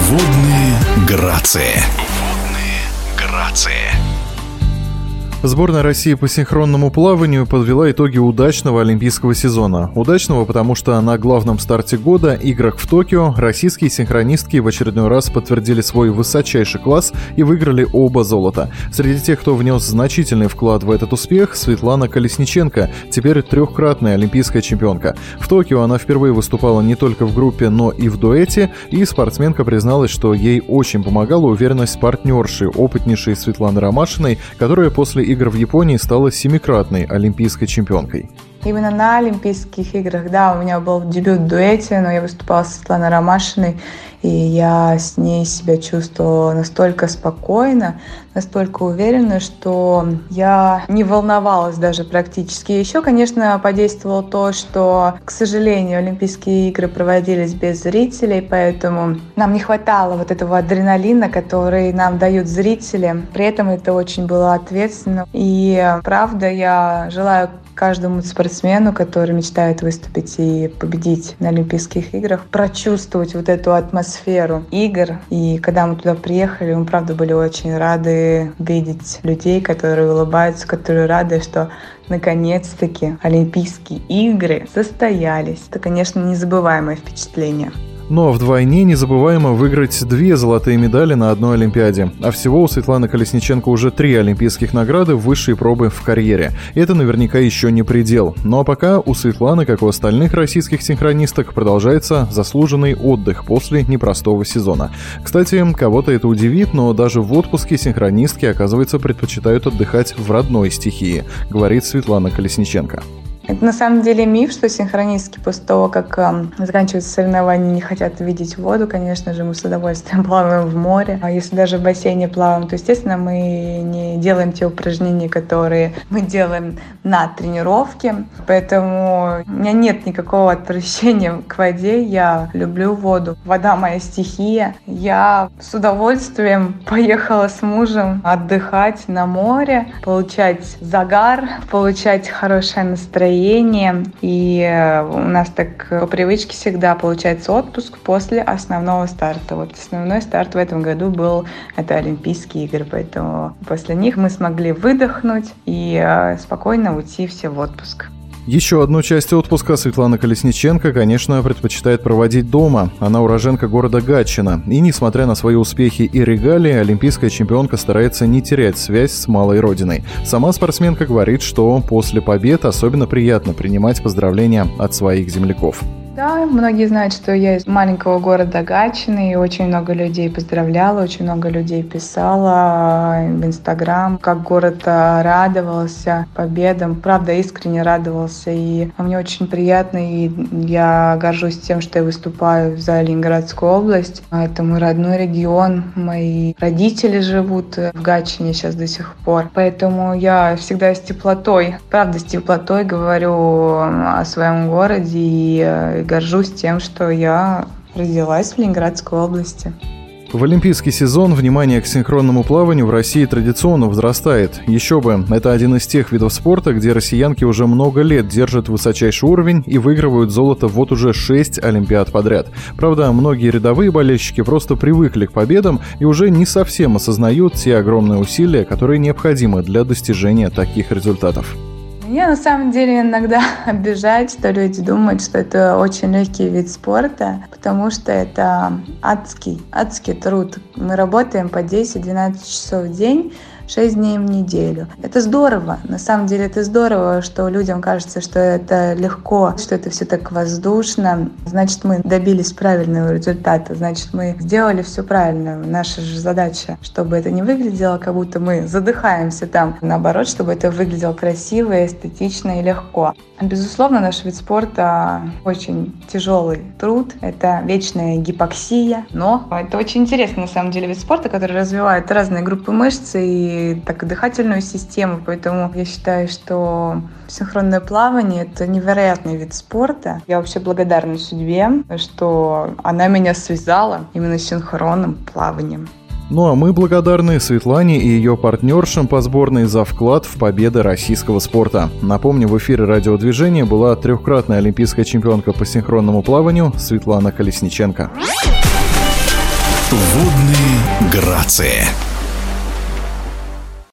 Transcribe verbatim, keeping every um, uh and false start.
Водные грации. Водные грации. Сборная России по синхронному плаванию подвела итоги удачного олимпийского сезона. Удачного, потому что на главном старте года, играх в Токио, российские синхронистки в очередной раз подтвердили свой высочайший класс и выиграли оба золота. Среди тех, кто внес значительный вклад в этот успех, Светлана Колесниченко, теперь трехкратная олимпийская чемпионка. В Токио она впервые выступала не только в группе, но и в дуэте, и спортсменка призналась, что ей очень помогала уверенность партнерши, опытнейшей Светланы Ромашиной, которая после игр в Японии стала семикратной олимпийской чемпионкой. Именно на Олимпийских играх, да, у меня был дебют в дуэте, но я выступала с Светланой Ромашиной, и я с ней себя чувствовала настолько спокойно, настолько уверенно, что я не волновалась даже практически. Еще, конечно, подействовало то, что, к сожалению, Олимпийские игры проводились без зрителей, поэтому нам не хватало вот этого адреналина, который нам дают зрители. При этом это очень было ответственно. И правда, я желаю каждому спортсмену, который мечтает выступить и победить на Олимпийских играх, прочувствовать вот эту атмосферу игр. И когда мы туда приехали, мы, правда, были очень рады видеть людей, которые улыбаются, которые рады, что наконец-таки Олимпийские игры состоялись. Это, конечно, незабываемое впечатление. Но вдвойне незабываемо выиграть две золотые медали на одной Олимпиаде. А всего у Светланы Колесниченко уже три олимпийских награды высшей пробы в карьере. И это наверняка еще не предел. Ну а пока у Светланы, как у остальных российских синхронисток, продолжается заслуженный отдых после непростого сезона. Кстати, кого-то это удивит, но даже в отпуске синхронистки, оказывается, предпочитают отдыхать в родной стихии, говорит Светлана Колесниченко. Это на самом деле миф, что синхронистки после того, как э, заканчиваются соревнования, не хотят видеть воду. Конечно же, мы с удовольствием плаваем в море. А если даже в бассейне плаваем, то, естественно, мы не делаем те упражнения, которые мы делаем на тренировке. Поэтому у меня нет никакого отвращения к воде. Я люблю воду. Вода моя стихия. Я с удовольствием поехала с мужем отдыхать на море, получать загар, получать хорошее настроение. И у нас так по привычке всегда получается отпуск после основного старта. Вот основной старт в этом году был это Олимпийские игры, поэтому после них мы смогли выдохнуть и спокойно уйти все в отпуск. Еще одну часть отпуска Светлана Колесниченко, конечно, предпочитает проводить дома. Она уроженка города Гатчина. И, несмотря на свои успехи и регалии, олимпийская чемпионка старается не терять связь с малой родиной. Сама спортсменка говорит, что после побед особенно приятно принимать поздравления от своих земляков. Да, многие знают, что я из маленького города Гатчины, и очень много людей поздравляла, очень много людей писала в Инстаграм, как город радовался победам, правда, искренне радовался, и мне очень приятно, и я горжусь тем, что я выступаю за Ленинградскую область. Это мой родной регион, мои родители живут в Гатчине сейчас до сих пор, поэтому я всегда с теплотой, правда, с теплотой говорю о своем городе и горжусь тем, что я родилась в Ленинградской области. В олимпийский сезон внимание к синхронному плаванию в России традиционно возрастает. Еще бы, это один из тех видов спорта, где россиянки уже много лет держат высочайший уровень и выигрывают золото вот уже шесть олимпиад подряд. Правда, многие рядовые болельщики просто привыкли к победам и уже не совсем осознают те огромные усилия, которые необходимы для достижения таких результатов. Меня на самом деле иногда обижает, что люди думают, что это очень легкий вид спорта, потому что это адский, адский труд. Мы работаем по десять-двенадцать часов в день, шесть дней в неделю. Это здорово. На самом деле это здорово, что людям кажется, что это легко, что это все так воздушно. Значит, мы добились правильного результата. Значит, мы сделали все правильно. Наша же задача, чтобы это не выглядело, как будто мы задыхаемся там. Наоборот, чтобы это выглядело красиво, эстетично и легко. Безусловно, наш вид спорта очень тяжелый труд. Это вечная гипоксия. Но это очень интересный, на самом деле, вид спорта, который развивает разные группы мышц и так, дыхательную систему, поэтому я считаю, что синхронное плавание — это невероятный вид спорта. Я вообще благодарна судьбе, что она меня связала именно с синхронным плаванием. Ну а мы благодарны Светлане и ее партнершам по сборной за вклад в победы российского спорта. Напомню, в эфире радиодвижения была трехкратная олимпийская чемпионка по синхронному плаванию Светлана Колесниченко. Водные грации.